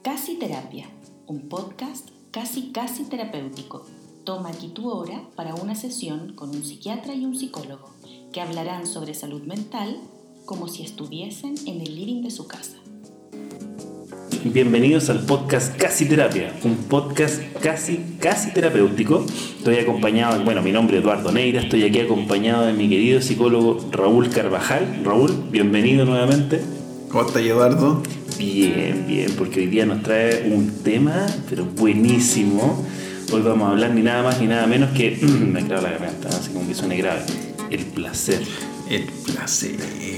Casi Terapia, un podcast casi terapéutico. Toma aquí tu hora para una sesión con un psiquiatra y un psicólogo que hablarán sobre salud mental como si estuviesen en el living de su casa. Bienvenidos al podcast Casi Terapia, un podcast casi terapéutico. Estoy acompañado, mi nombre es Eduardo Neira, estoy aquí acompañado de mi querido psicólogo Raúl Carvajal. Raúl, bienvenido nuevamente. ¿Cómo estás, Eduardo? Bien, porque hoy día nos trae un tema, pero buenísimo. Hoy vamos a hablar ni nada más ni nada menos que, me clavo la garganta, así como que suene grave, el placer. El placer.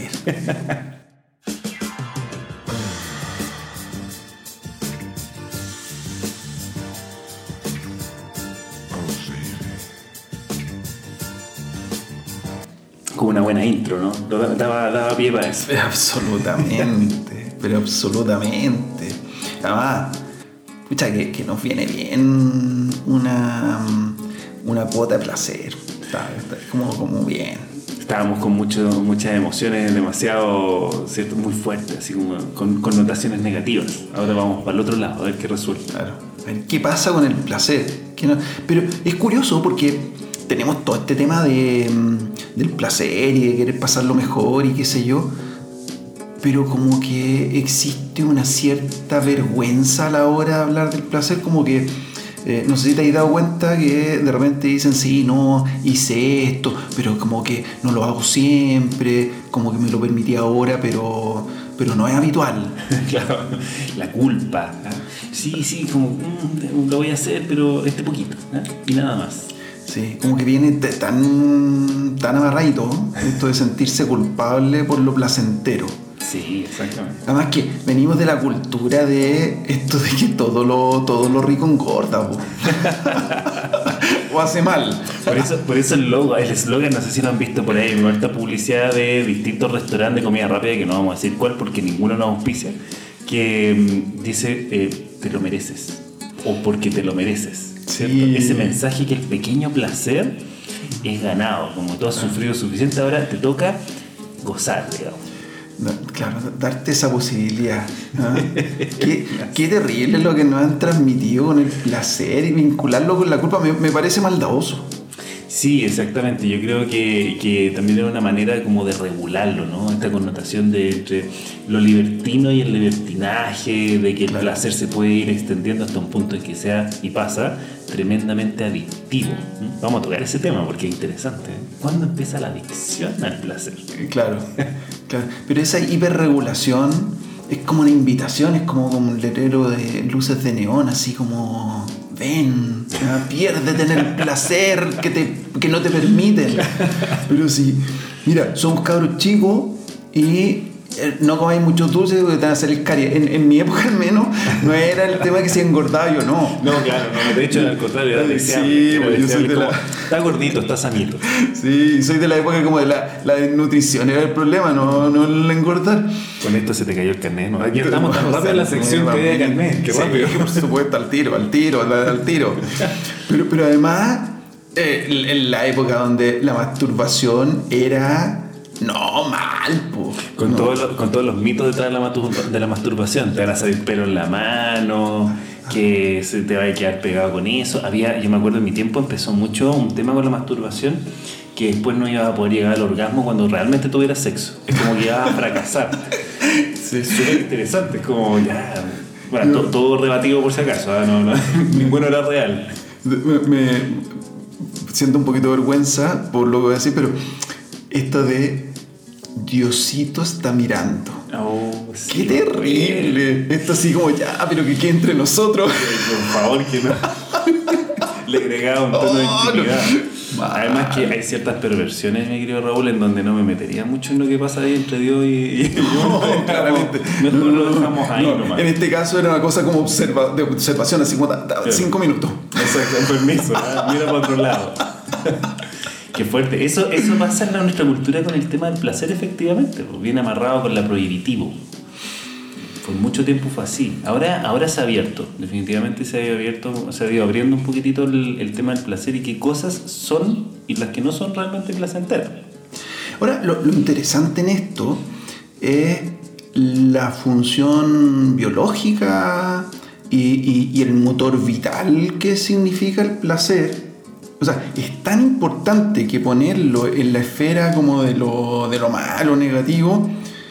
Como una buena intro, ¿no? Daba pie para eso. Pero absolutamente. Además, escucha que nos viene bien una cuota de placer. Está como bien. Estábamos con muchas emociones demasiado, ¿cierto? Muy fuertes, así como con connotaciones negativas. Ahora vamos para el otro lado, a ver qué resulta. Claro. A ver qué pasa con el placer. Pero es curioso porque tenemos todo este tema del placer y de querer pasarlo mejor y qué sé yo, pero como que existe una cierta vergüenza a la hora de hablar del placer, como que no sé si te has dado cuenta que de repente dicen sí, no, hice esto, pero como que no lo hago siempre, como que me lo permití ahora, pero no es habitual. Claro, la culpa, ¿eh? Sí, como lo voy a hacer, pero poquito, ¿eh? Y nada más. Sí, como que viene tan amarradito esto de sentirse culpable por lo placentero. Sí, exactamente. Además que venimos de la cultura de esto de que todo lo rico engorda, o hace mal. Por eso el eslogan, no sé si lo han visto por ahí, esta publicidad de distintos restaurantes de comida rápida, que no vamos a decir cuál porque ninguno nos auspicia, que dice te lo mereces o porque te lo mereces. ¿Cierto? Sí. Ese mensaje que el pequeño placer es ganado, como tú has sufrido suficiente, ahora te toca gozar, digamos. Claro, darte esa posibilidad, ¿no? Qué terrible lo que nos han transmitido con el placer y vincularlo con la culpa, me parece maldadoso. Sí, exactamente. Yo creo que también es una manera como de regularlo, ¿no? Esta connotación de entre lo libertino y el libertinaje, de que el placer se puede ir extendiendo hasta un punto en que sea, y pasa, tremendamente adictivo. Vamos a tocar ese tema porque es interesante. ¿Cuándo empieza la adicción al placer? Claro. Pero esa hiperregulación es como una invitación, es como un letrero de luces de neón, así como ven, piérdete en el placer que no te permiten. Pero sí, mira, somos cabros chicos y no comáis muchos dulces porque te van a hacer caries. En mi época al menos no era el tema que si engordaba yo, no. No, claro, no, de hecho al contrario, era deseable. Sí, pues yo soy de la... Está gordito, está sanito. Sí, soy de la época como de la desnutrición, era el problema, no el engordar. Con esto se te cayó el carnet, ¿no? Aquí estamos tan rápido en la sección que de carnet. Qué rápido. Sí, por supuesto, al tiro. Pero además, en la época donde la masturbación era... No, mal, po. Con todos los mitos detrás de la masturbación. Te van a salir pelos en la mano, que se te va a quedar pegado con eso. Yo me acuerdo en mi tiempo empezó mucho un tema con la masturbación, que después no ibas a poder llegar al orgasmo cuando realmente tuvieras sexo. Es como que ibas a fracasar. Sí. Es súper interesante, es como ya... Bueno, todo relativo por si acaso, no, ninguno era real. Me siento un poquito de vergüenza por lo que voy a decir, pero esto de Diosito está mirando. Oh, sí, ¡qué terrible! Esto así como ya, pero que quede entre nosotros. Por favor, que no. Le agregaba un tono de intimidad. No. Además que hay ciertas perversiones, mi querido Raúl, en donde no me metería mucho en lo que pasa ahí entre Dios y no, claramente. Mejor lo dejamos ahí nomás. En este caso era una cosa como de observación, así como 5 minutos. Exacto, permiso, mira para otro lado. Qué fuerte. Eso pasa en nuestra cultura con el tema del placer, efectivamente, pues viene amarrado con la prohibitivo. Por mucho tiempo fue así. Ahora se ha abierto. Definitivamente se ha ido abriendo un poquitito el tema del placer y qué cosas son y las que no son realmente placenteras. Ahora, lo interesante en esto es la función biológica y el motor vital que significa el placer. O sea, es tan importante que ponerlo en la esfera como de lo malo, negativo,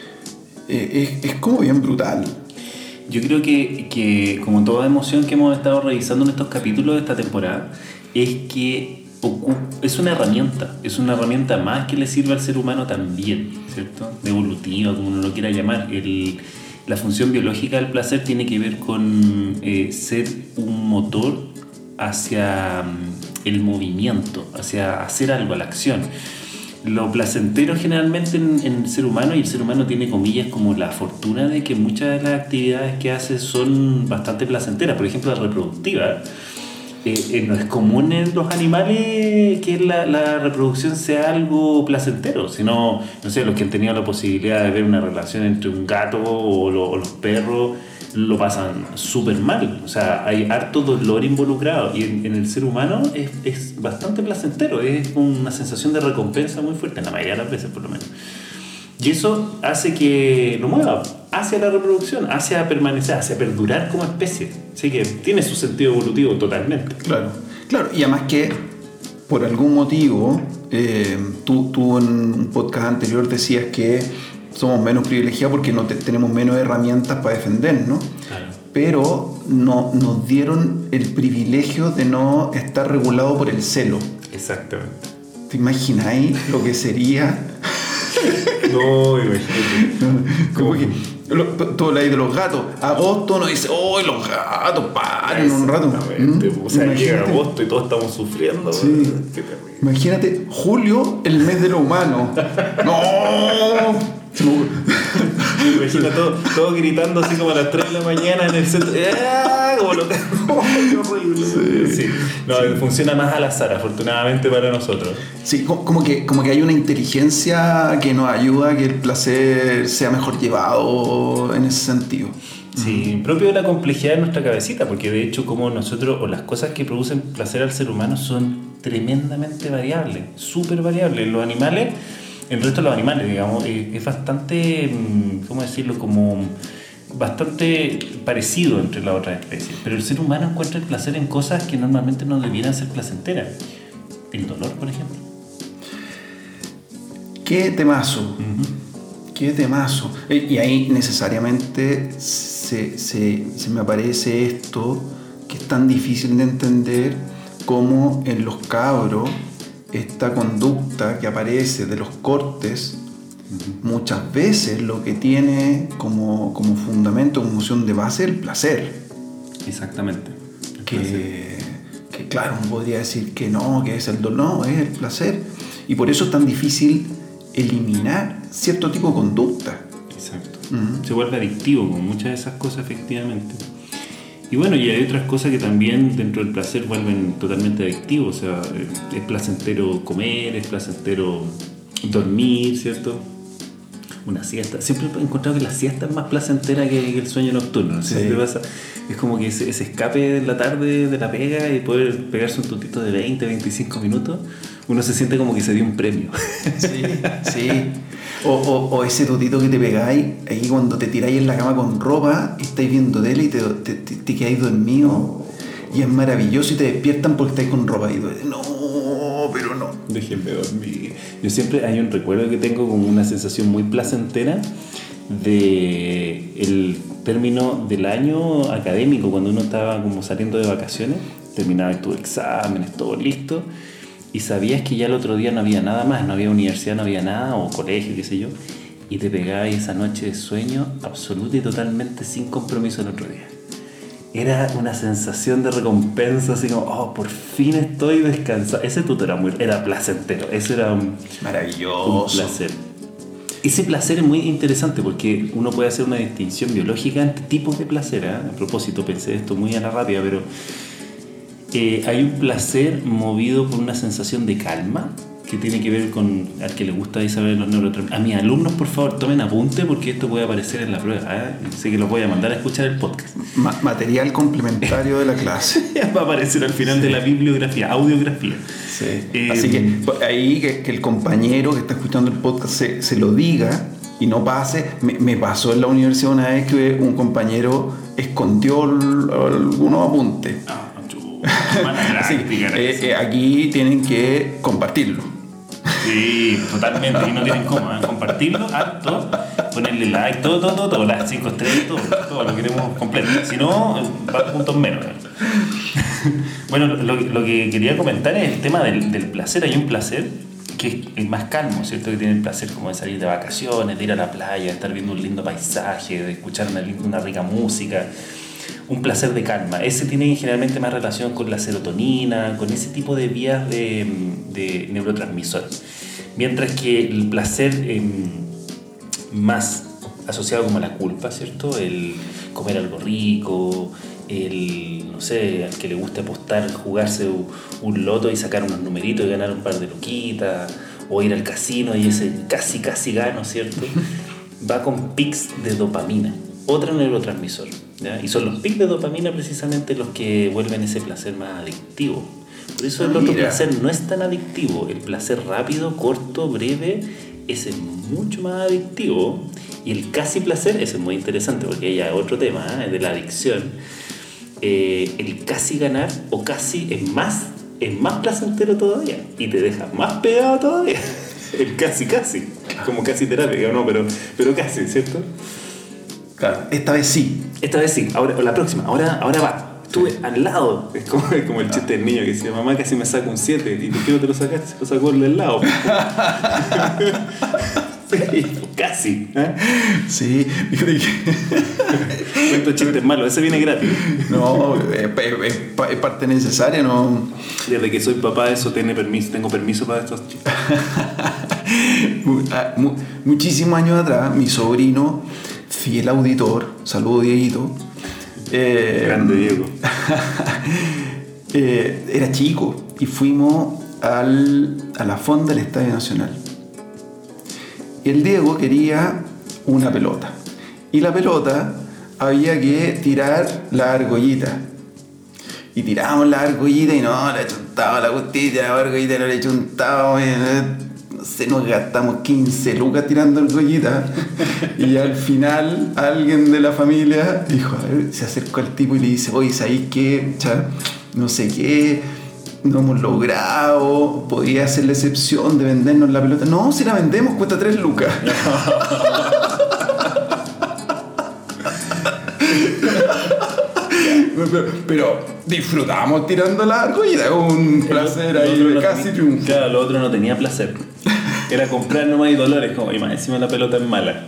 es como bien brutal. Yo creo que como toda emoción que hemos estado revisando en estos capítulos de esta temporada, es que es una herramienta más que le sirve al ser humano también, ¿cierto? Evolutiva, como uno lo quiera llamar. La función biológica del placer tiene que ver con ser un motor hacia el movimiento, hacia hacer algo, la acción. Lo placentero generalmente en el ser humano, y el ser humano tiene, comillas, como la fortuna de que muchas de las actividades que hace son bastante placenteras. Por ejemplo, la reproductiva. No es común en los animales que la reproducción sea algo placentero, sino, no sé, los que han tenido la posibilidad de ver una relación entre un gato o los perros lo pasan súper mal. O sea, hay harto dolor involucrado, y en el ser humano es bastante placentero, es una sensación de recompensa muy fuerte, en la mayoría de las veces por lo menos. Y eso hace que lo mueva hacia la reproducción, hacia permanecer, hacia perdurar como especie. Así que tiene su sentido evolutivo totalmente. Claro. Y además que por algún motivo, tú en un podcast anterior decías que somos menos privilegiados porque tenemos menos herramientas para defendernos. Claro. Pero nos dieron el privilegio de no estar regulado por el celo. Exactamente. ¿Te imagináis lo que sería? No, imagínate. Como que tú hablas de los gatos. Agosto nos dice, ¡oh, los gatos! ¡Paren un rato! O sea, llega agosto y todos estamos sufriendo. Sí. Imagínate, julio, el mes de lo humano. ¡No! Imagina todo gritando así como a las 3 de la mañana en el centro. Como lo tengo. Horrible. Sí. No, funciona más al azar, afortunadamente para nosotros. Sí, como que hay una inteligencia que nos ayuda a que el placer sea mejor llevado en ese sentido. Sí, propio de la complejidad de nuestra cabecita, porque de hecho como nosotros, o las cosas que producen placer al ser humano son tremendamente variables, súper variables. Los animales, el resto de los animales, digamos, es bastante, ¿cómo decirlo? Como bastante parecido entre las otras especies. Pero el ser humano encuentra el placer en cosas que normalmente no debieran ser placenteras. El dolor, por ejemplo. ¡Qué temazo! Uh-huh. ¡Qué temazo! Y ahí necesariamente se me aparece esto que es tan difícil de entender, como en los cabros esta conducta que aparece de los cortes, muchas veces lo que tiene como fundamento, como noción de base, el placer. Exactamente. Que claro, uno podría decir que no, que es el dolor. No, es el placer. Y por eso es tan difícil eliminar cierto tipo de conducta. Exacto. Se vuelve adictivo con muchas de esas cosas, efectivamente. Y bueno, y hay otras cosas que también dentro del placer vuelven totalmente adictivos. O sea, es placentero comer, es placentero dormir, ¿cierto? Una siesta. Siempre he encontrado que la siesta es más placentera que el sueño nocturno. ¿No? Sí. Siempre pasa. Es como que ese escape de la tarde de la pega y poder pegarse un tutito de 20, 25 minutos, uno se siente como que se dio un premio. Sí. O ese tutito que te pegáis ahí cuando te tiráis en la cama con ropa, estáis viendo tele y te quedáis dormido, y es maravilloso, y te despiertan porque estáis con ropa y tú dices, no, pero no. Déjenme dormir. Yo siempre hay un recuerdo que tengo como una sensación muy placentera de el término del año académico, cuando uno estaba como saliendo de vacaciones, terminaba tus exámenes, todo listo, y sabías que ya el otro día no había nada más, no había universidad, no había nada, o colegio, qué sé yo, y te pegabas esa noche de sueño absoluta y totalmente sin compromiso el otro día. Era una sensación de recompensa, así como, oh, por fin estoy descansado. Ese tuto era placentero, eso era maravilloso. Un placer. Ese placer es muy interesante porque uno puede hacer una distinción biológica entre tipos de placer, ¿eh? A propósito, pensé esto muy a la rápida, pero hay un placer movido por una sensación de calma que tiene que ver con al que le gusta saber los neurotransmisores. A mis alumnos, por favor, tomen apunte porque esto puede aparecer en la prueba, ¿eh? Sé que los voy a mandar a escuchar el podcast. Material complementario de la clase. Va a aparecer al final de la bibliografía, audiografía. Sí. Así que ahí que el compañero que está escuchando el podcast se lo diga, y no pase. Me pasó en la universidad una vez que un compañero escondió algunos apuntes. Así que, aquí tienen que compartirlo. Sí, totalmente. Y no tienen cómo, compartirlo, harto, ponerle like, todo, las 5 estrellas, todo lo queremos completo. Si no, va puntos menos. Bueno, lo que quería comentar es el tema del placer. Hay un placer que es el más calmo, ¿cierto? Que tiene el placer como de salir de vacaciones, de ir a la playa, de estar viendo un lindo paisaje, de escuchar una rica música. Un placer de calma. Ese tiene generalmente más relación con la serotonina, con ese tipo de vías de neurotransmisores. Mientras que el placer más asociado como a la culpa, ¿cierto? El comer algo rico, no sé, al que le gusta apostar, jugarse un loto y sacar unos numeritos y ganar un par de luquitas, o ir al casino y ese casi gano, ¿cierto? Va con pics de dopamina, otro neurotransmisor, ¿ya? Y son los pics de dopamina precisamente los que vuelven ese placer más adictivo. Por eso el otro placer no es tan adictivo. El placer rápido, corto, breve, ese es mucho más adictivo. Y el casi placer, ese es muy interesante porque ya es otro tema, es de la adicción. El casi ganar o casi es más placentero todavía y te deja más pegado todavía. El casi, como casi terapia, no, pero casi, ¿cierto? Claro, esta vez sí. Ahora, la próxima, ahora va. Estuve al lado. Es como el chiste del niño que decía, mamá casi me saca un 7. ¿Y por qué no te lo sacaste? Se lo sacó el del lado. Sí, casi. Sí, fíjate que... Cuento chistes malos, ese viene gratis. No, es parte necesaria, ¿no? Desde que soy papá, eso tengo permiso para estos chistes. Muchísimos años atrás, mi sobrino, fiel auditor, saludo Dieguito, grande Diego. Era chico y fuimos a la fonda del Estadio Nacional. El Diego quería una pelota y la pelota había que tirar la argollita y tiramos la argollita y no, le chuntaba la costilla, la argollita no le chuntaba, no sé, nos gastamos 15 lucas tirando argollita y al final alguien de la familia dijo, a ver, se acercó al tipo y le dice, oye, ¿sabéis qué? No sé qué, no hemos logrado, podría hacer la excepción de vendernos la pelota. No, si la vendemos cuesta 3 lucas. pero disfrutamos tirando la argollita, un placer ahí de casi triunfo. Claro, lo otro no tenía placer. Era comprar nomás y dolores, como, y más encima la pelota es mala.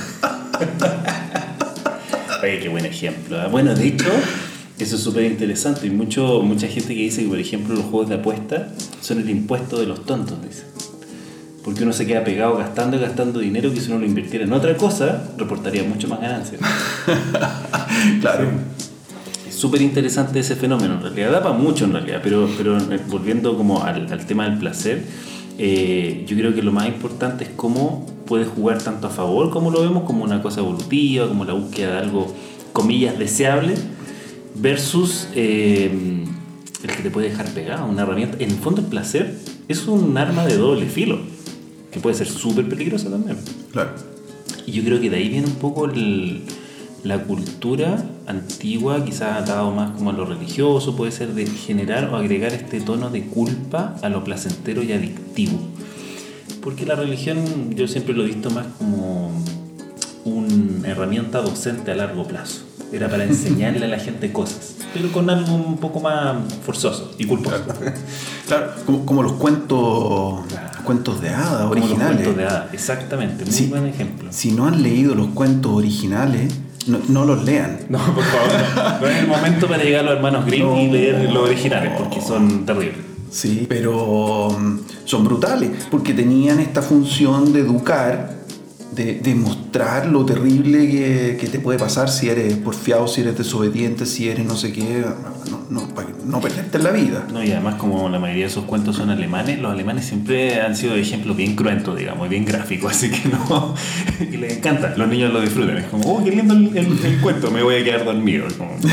Oye, qué buen ejemplo, ¿eh? Bueno, de hecho, eso es súper interesante. Hay mucha gente que dice que, por ejemplo, los juegos de apuesta son el impuesto de los tontos, dice. Porque uno se queda pegado gastando dinero que si uno lo invirtiera en otra cosa, reportaría mucho más ganancias. Claro. Sí. Es súper interesante ese fenómeno, en realidad. Da para mucho, en realidad. Pero volviendo como al tema del placer, yo creo que lo más importante es cómo puede jugar tanto a favor, como lo vemos, como una cosa evolutiva, como la búsqueda de algo, comillas, deseable, versus el que te puede dejar pegado, una herramienta. En el fondo el placer es un arma de doble filo, que puede ser súper peligrosa también. Claro. Y yo creo que de ahí viene un poco la cultura antigua, quizás atado más como a lo religioso, puede ser de generar o agregar este tono de culpa a lo placentero y adictivo. Porque la religión yo siempre lo he visto más como una herramienta docente a largo plazo. Era para enseñarle a la gente cosas, pero con algo un poco más forzoso y culposo. Claro, como los cuentos, cuentos de hadas originales. Como los cuentos de hadas, exactamente, muy buen ejemplo. Si no han leído los cuentos originales, no los lean. No, por favor, no es el momento para llegar a los hermanos Grimm y leer los originales, porque son terribles. Sí, pero son brutales, porque tenían esta función de educar, de mostrar lo terrible que te puede pasar si eres porfiado, si eres desobediente, si eres no sé qué, para no perderte en la vida. No, y además, como la mayoría de esos cuentos son alemanes, los alemanes siempre han sido ejemplos bien cruentos, digamos, bien gráficos, así que no, y les encanta, los niños lo disfrutan, es como, oh, qué lindo el cuento, me voy a quedar dormido. Es como,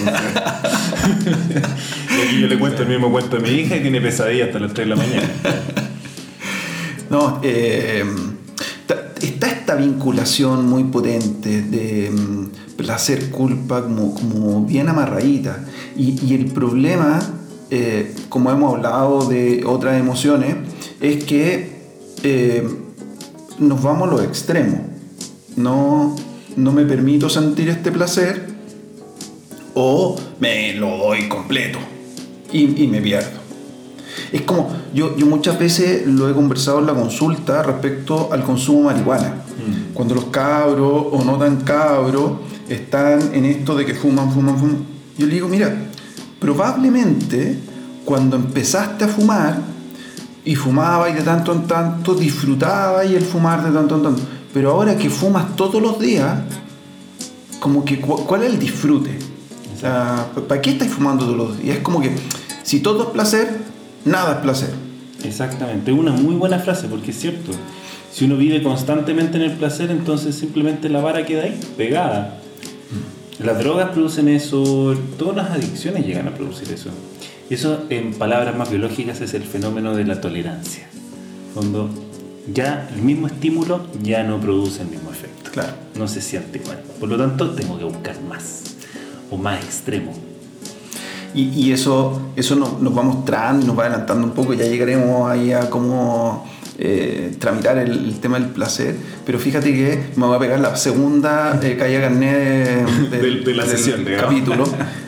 y aquí yo le cuento el mismo cuento a mi hija y tiene pesadilla hasta las 3 de la mañana. No, está esta vinculación muy potente de placer, culpa, como bien amarradita. Y el problema, como hemos hablado de otras emociones, es que nos vamos a los extremos. No me permito sentir este placer o me lo doy completo y me pierdo. Es como, yo muchas veces lo he conversado en la consulta respecto al consumo de marihuana. Cuando los cabros o no tan cabros están en esto de que fuman. Yo le digo, mira, probablemente cuando empezaste a fumar y fumabas y de tanto en tanto disfrutabas y el fumar de tanto en tanto, pero ahora que fumas todos los días, como que ¿cuál es el disfrute? O sea, ¿para qué estás fumando todos los días? Es como que si todo es placer, nada es placer. Exactamente, es una muy buena frase, porque es cierto. Si uno vive constantemente en el placer, entonces simplemente la vara queda ahí, pegada. Las drogas producen eso, todas las adicciones llegan a producir eso. Eso, en palabras más biológicas, es el fenómeno de la tolerancia. Cuando ya el mismo estímulo ya no produce el mismo efecto. Claro. No se siente igual. Por lo tanto, tengo que buscar más, o más extremo. Y eso nos va mostrando, nos va adelantando un poco, ya llegaremos ahí a cómo tramitar el tema del placer, pero fíjate que me voy a pegar la segunda calle carné de la sesión, del capítulo.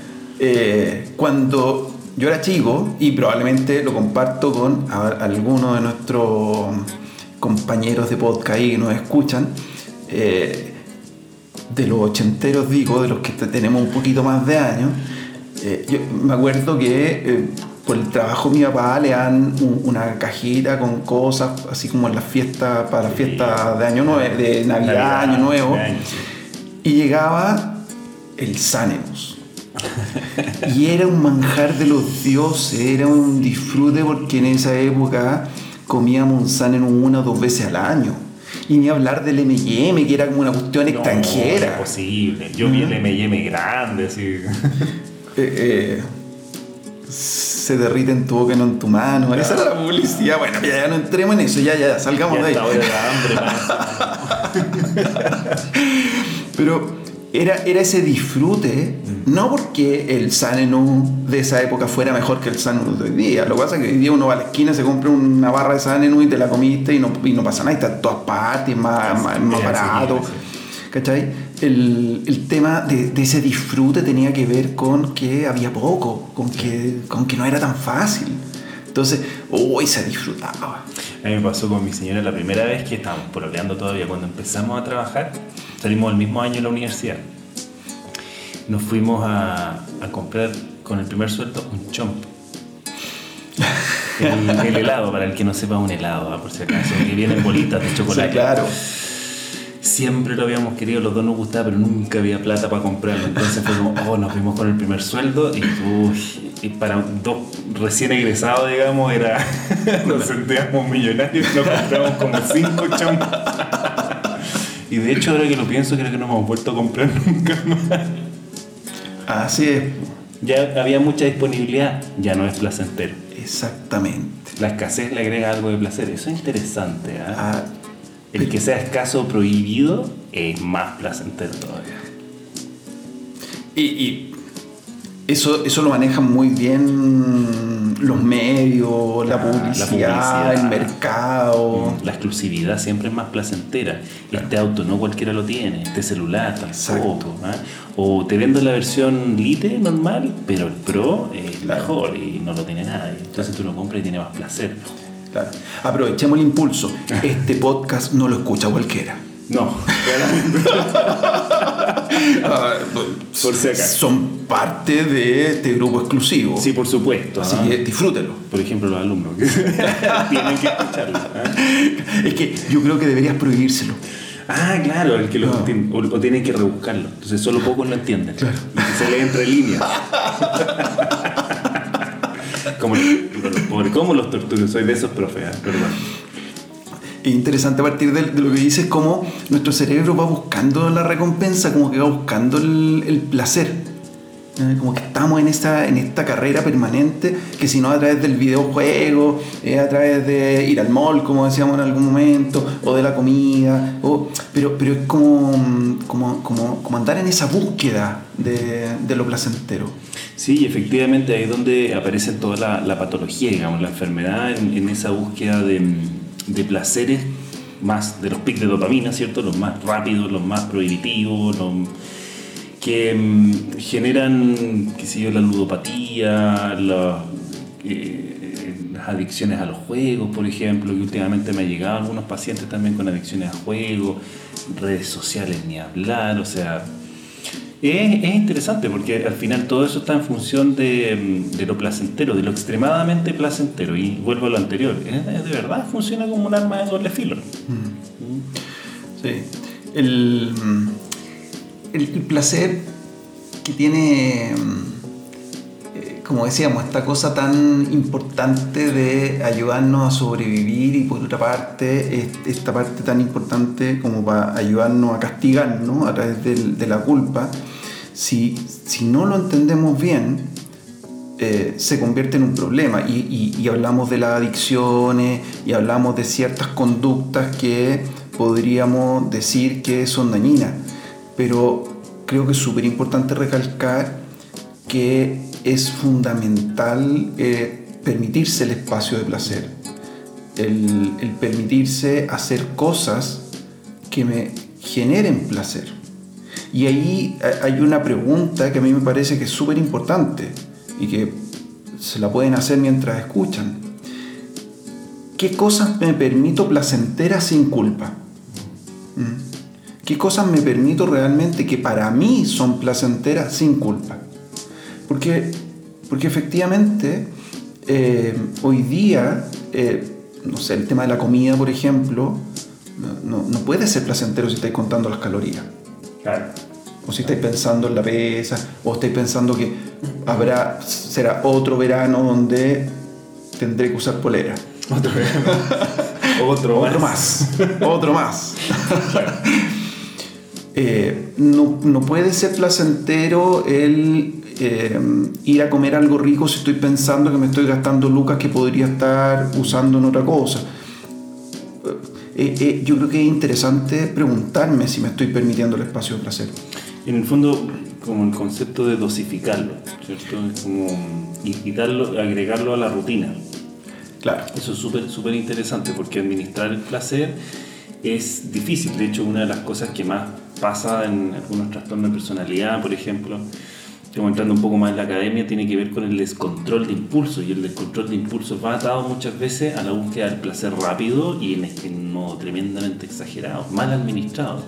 Cuando yo era chico, y probablemente lo comparto con algunos de nuestros compañeros de podcast ahí que nos escuchan, de los ochenteros digo, de los que tenemos un poquito más de años. Yo me acuerdo que por el trabajo de mi papá le dan una cajita con cosas así como en las fiestas, para las fiestas de Año Nuevo, de Navidad, Año Nuevo, y llegaba el Sanenus y era un manjar de los dioses, era un disfrute, porque en esa época comíamos un Sanenus 1 o 2 veces al año. Y ni hablar del M&M, que era como una cuestión extranjera. No, imposible. Yo vi el M&M grande, así. Se derrite en tu boca y no en tu mano. Esa era la publicidad. Bueno, ya no entremos en eso, ya salgamos de ahí. Pero era ese disfrute, no porque el Sanenus de esa época fuera mejor que el Sanenus de hoy día. Lo que pasa es que hoy día uno va a la esquina, se compra una barra de Sanenus y te la comiste y no pasa nada, y está en todas partes, más barato. ¿Cachai? El tema de ese disfrute tenía que ver con que había poco, con que no era tan fácil. Entonces, hoy se disfrutaba. A mí me pasó con mi señora la primera vez, que estábamos pololeando todavía. Cuando empezamos a trabajar, salimos el mismo año de la universidad. Nos fuimos a comprar con el primer sueldo un chomp. El helado, para el que no sepa, un helado, por si acaso, que vienen bolitas de chocolate. Sí, claro. Siempre lo habíamos querido, los dos nos gustaba, pero nunca había plata para comprarlo. Entonces fue como, nos fuimos con el primer sueldo y para dos recién egresados, digamos, nos sentíamos millonarios, nos compramos como 5 chompas. Y de hecho, ahora que lo pienso, creo que no hemos vuelto a comprar nunca más. Así es. Ya había mucha disponibilidad, ya no es placentero. Exactamente. La escasez le agrega algo de placer, eso es interesante, ¿eh? El que sea escaso o prohibido es más placentero todavía. Y eso lo manejan muy bien los medios, la publicidad, el mercado. La exclusividad siempre es más placentera. Claro. Este auto no cualquiera lo tiene, este celular tampoco. O te vendo la versión Lite normal, pero el Pro es mejor y no lo tiene nadie. Entonces tú lo compras y tiene más placer. Claro. Aprovechemos el impulso. Este podcast no lo escucha cualquiera. No, por si acaso. Son parte de este grupo exclusivo. Sí, por supuesto. Así que disfrútenlo. Por ejemplo, los alumnos que tienen que escucharlo. Es que yo creo que deberías prohibírselo. Claro, el que lo entiende, o tienen que rebuscarlo. Entonces solo pocos lo entienden. Claro. Y se lee entre líneas. ¿Cómo los torturo? Soy de esos profes, pero bueno. Es interesante a partir de lo que dices, cómo nuestro cerebro va buscando la recompensa, como que va buscando el placer. Como que estamos en esta carrera permanente, que si no a través del videojuego, a través de ir al mall, como decíamos en algún momento, o de la comida, pero es como andar en esa búsqueda de lo placentero. Sí, efectivamente ahí es donde aparece toda la patología, digamos, la enfermedad en esa búsqueda de placeres, más de los pics de dopamina, ¿cierto? Los más rápidos, los más prohibitivos, que generan, qué sé yo, la ludopatía, las adicciones a los juegos, por ejemplo, que últimamente me han llegado algunos pacientes también con adicciones a juegos, redes sociales ni hablar, o sea, es interesante porque al final todo eso está en función de lo placentero, de lo extremadamente placentero, y vuelvo a lo anterior, de verdad funciona como un arma de doble filo. Sí, el placer que tiene, como decíamos, esta cosa tan importante de ayudarnos a sobrevivir, y por otra parte esta parte tan importante como para ayudarnos a castigarnos a través de la culpa, si no lo entendemos bien, se convierte en un problema, y hablamos de las adicciones y hablamos de ciertas conductas que podríamos decir que son dañinas, pero creo que es súper importante recalcar que es fundamental permitirse el espacio de placer, el permitirse hacer cosas que me generen placer. Y ahí hay una pregunta que a mí me parece que es súper importante y que se la pueden hacer mientras escuchan. ¿Qué cosas me permito placenteras sin culpa? ¿Qué cosas me permito realmente que para mí son placenteras sin culpa? Porque efectivamente hoy día, no sé, el tema de la comida, por ejemplo, no puede ser placentero si estáis contando las calorías. Claro. O si estáis pensando en la pesa, o estáis pensando que será otro verano donde tendré que usar polera. Otro verano. Otro más. No puede ser placentero el ir a comer algo rico si estoy pensando que me estoy gastando lucas que podría estar usando en otra cosa. Yo creo que es interesante preguntarme si me estoy permitiendo el espacio de placer. En el fondo, como el concepto de dosificarlo, ¿cierto? Es como quitarlo, agregarlo a la rutina. Claro. Eso es súper interesante, porque administrar el placer es difícil. De hecho, una de las cosas que más pasa en algunos trastornos de personalidad, por ejemplo, como entrando un poco más en la academia, tiene que ver con el descontrol de impulsos, y el descontrol de impulsos va atado muchas veces a la búsqueda del placer rápido y en modo tremendamente exagerado, mal administrado.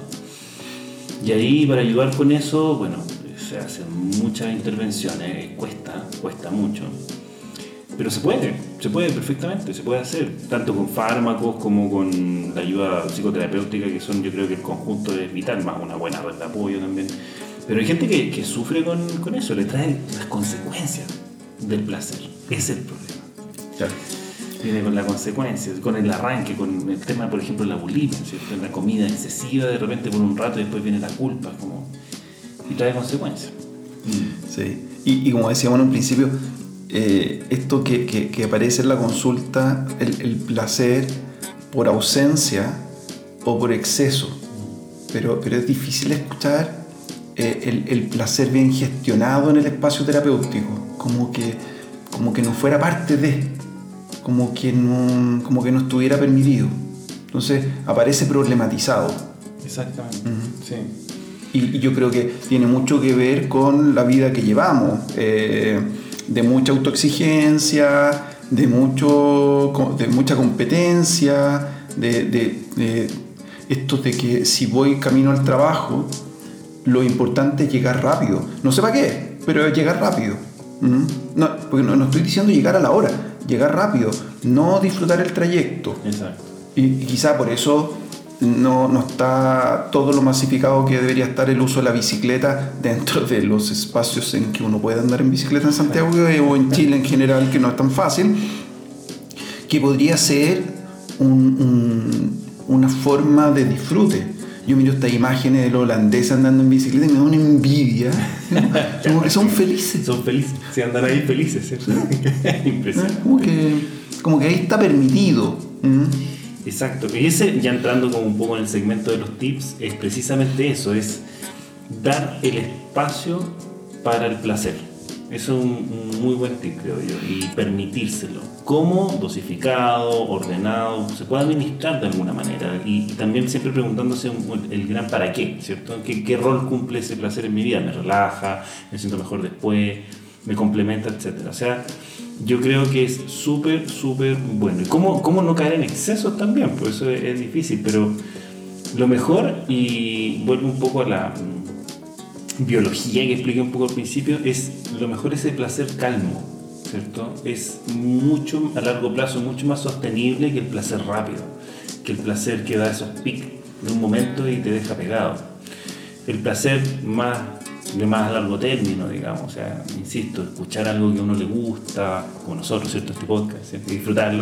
Y ahí, para ayudar con eso, bueno, se hacen muchas intervenciones, cuesta mucho, pero se puede perfectamente, se puede hacer, tanto con fármacos como con la ayuda psicoterapéutica, que son, yo creo que el conjunto es vital, más una buena red de apoyo también. Pero hay gente que sufre con eso, le trae las consecuencias del placer. Ese es el problema. Claro. Viene con las consecuencias, con el arranque, con el tema, por ejemplo, de la bulimia, ¿cierto? La comida excesiva de repente por un rato y después viene la culpa, y trae consecuencias. Sí. Y como decíamos en un principio, esto que aparece en la consulta, el placer por ausencia o por exceso, pero es difícil escuchar el placer bien gestionado en el espacio terapéutico, como que no fuera parte de, como que no estuviera permitido. Entonces aparece problematizado. Exactamente. Sí. Y yo creo que tiene mucho que ver con la vida que llevamos, de mucha autoexigencia, de mucha competencia, de esto de que si voy camino al trabajo, lo importante es llegar rápido. No sé para qué, pero es llegar rápido. No, porque no estoy diciendo llegar a la hora, llegar rápido, no disfrutar el trayecto. Exacto. Y quizá por eso no está todo lo masificado que debería estar el uso de la bicicleta dentro de los espacios en que uno puede andar en bicicleta en Santiago o en Chile en general, que no es tan fácil, que podría ser una forma de disfrute. yo miro estas imágenes de los holandeses andando en bicicleta y me da una envidia, ¿no? Como que son felices. Son felices, si andan ahí felices, ¿cierto? Impresionante. Como que ahí está permitido. Exacto, y ese, ya entrando como un poco en el segmento de los tips, es precisamente eso, es dar el espacio para el placer. Eso es un muy buen tip, creo yo, y permitírselo. ¿Cómo? Dosificado, ordenado, se puede administrar de alguna manera, y también siempre preguntándose el gran para qué, ¿cierto? ¿Qué rol cumple ese placer en mi vida? ¿Me relaja? ¿Me siento mejor después? ¿Me complementa? Etcétera. O sea, yo creo que es súper bueno. ¿Y cómo no caer en excesos también? Pues eso es difícil, pero lo mejor, y vuelvo un poco a la biología que expliqué un poco al principio, lo mejor es el placer calmo, ¿cierto? Es mucho, a largo plazo, mucho más sostenible que el placer rápido, que el placer que da esos picos de un momento y te deja pegado. El placer de más a largo término, digamos, o sea, insisto, escuchar algo que a uno le gusta, como nosotros, ¿cierto? Este podcast, ¿cierto? Disfrutarlo,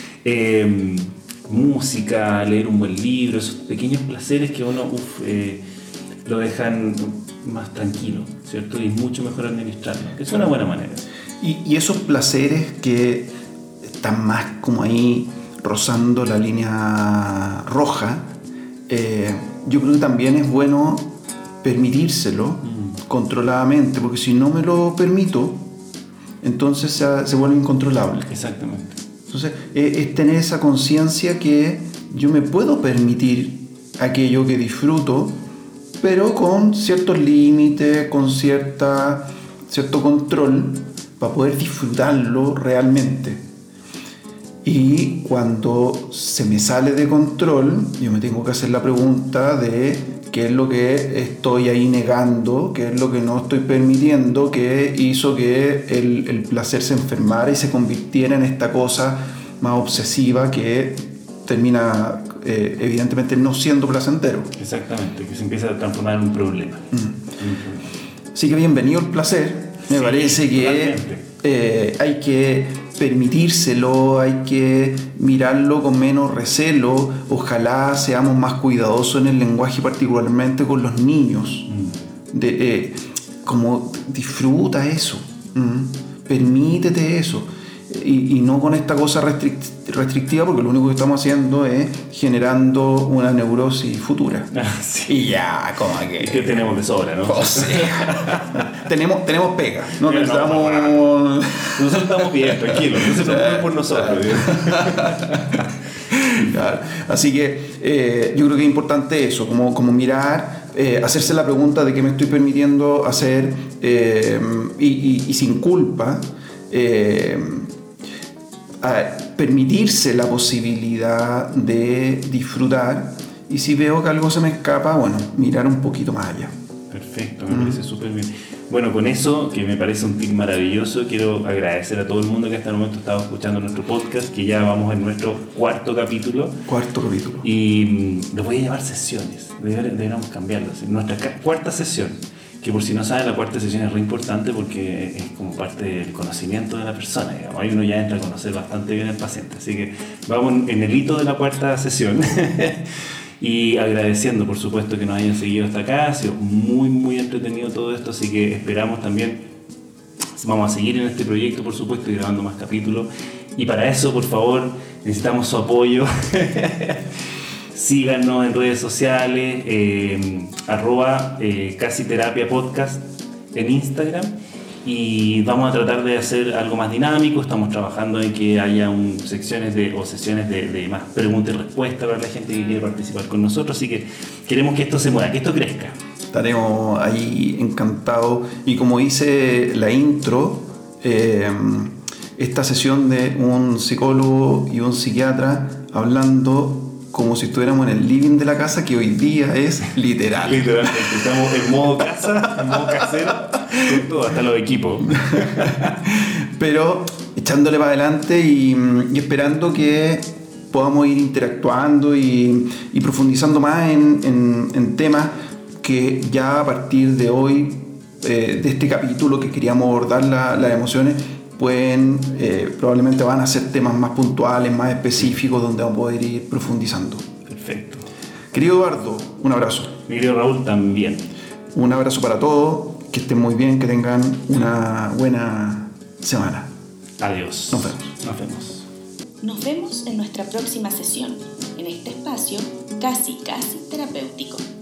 música, leer un buen libro, esos pequeños placeres que uno lo dejan más tranquilo, ¿cierto? Y es mucho mejor administrarlo. Es una buena manera. Y esos placeres que están más como ahí rozando la línea roja, yo creo que también es bueno permitírselo controladamente, porque si no me lo permito, entonces se vuelve incontrolable. Exactamente. Entonces es tener esa conciencia que yo me puedo permitir aquello que disfruto, pero con ciertos límites, con cierto control, para poder disfrutarlo realmente. Y cuando se me sale de control, yo me tengo que hacer la pregunta de qué es lo que estoy ahí negando, qué es lo que no estoy permitiendo, que hizo que el placer se enfermara y se convirtiera en esta cosa más obsesiva que termina evidentemente no siendo placentero. Exactamente, que se empieza a transformar en un problema. Así que bienvenido al placer. Me parece que hay que permitírselo, hay que mirarlo con menos recelo. Ojalá seamos más cuidadosos en el lenguaje, particularmente con los niños. Como disfruta eso, permítete eso. Y no con esta cosa restrictiva, porque lo único que estamos haciendo es generando una neurosis futura. Sí. Y ya, como que... Es que tenemos de sobra, ¿no? O sea, tenemos pega. No necesitamos... Nosotros estamos bien, tranquilos. No se preocupen por nosotros. Claro. Así que yo creo que es importante eso, como mirar, hacerse la pregunta de qué me estoy permitiendo hacer y sin culpa. Permitirse la posibilidad de disfrutar, y si veo que algo se me escapa, bueno, mirar un poquito más allá. Perfecto, me parece súper bien. Bueno, con eso, que me parece un tip maravilloso, quiero agradecer a todo el mundo que hasta el momento estaba escuchando nuestro podcast, que ya vamos en nuestro cuarto capítulo. Y lo voy a llamar sesiones, deberíamos cambiarlo. Nuestra cuarta sesión, que por si no saben, la cuarta sesión es re importante porque es como parte del conocimiento de la persona, digamos. Ahí uno ya entra a conocer bastante bien al paciente. Así que vamos en el hito de la cuarta sesión. Y agradeciendo, por supuesto, que nos hayan seguido hasta acá. Ha sido muy entretenido todo esto, así que esperamos también, vamos a seguir en este proyecto, por supuesto, y grabando más capítulos. Y para eso, por favor, necesitamos su apoyo. Síganos en redes sociales, @casiterapia_podcast en Instagram, y vamos a tratar de hacer algo más dinámico. Estamos trabajando en que haya sesiones de más preguntas y respuestas para la gente que quiere participar con nosotros, así que queremos que esto se mueva, que esto crezca. Estaremos ahí encantados, y como dice la intro, esta sesión de un psicólogo y un psiquiatra hablando como si estuviéramos en el living de la casa, que hoy día es literal. Literalmente, estamos en modo casa, en modo casero, con todo, hasta los equipos. Pero echándole para adelante y esperando que podamos ir interactuando y profundizando más en temas que ya a partir de hoy, de este capítulo que queríamos abordar las emociones, probablemente van a ser temas más puntuales, más específicos, donde vamos a poder ir profundizando. Perfecto. Querido Eduardo, un abrazo. Mi querido Raúl también. Un abrazo para todos, que estén muy bien, que tengan una buena semana. Adiós. Nos vemos. Nos vemos. Nos vemos en nuestra próxima sesión, en este espacio casi terapéutico.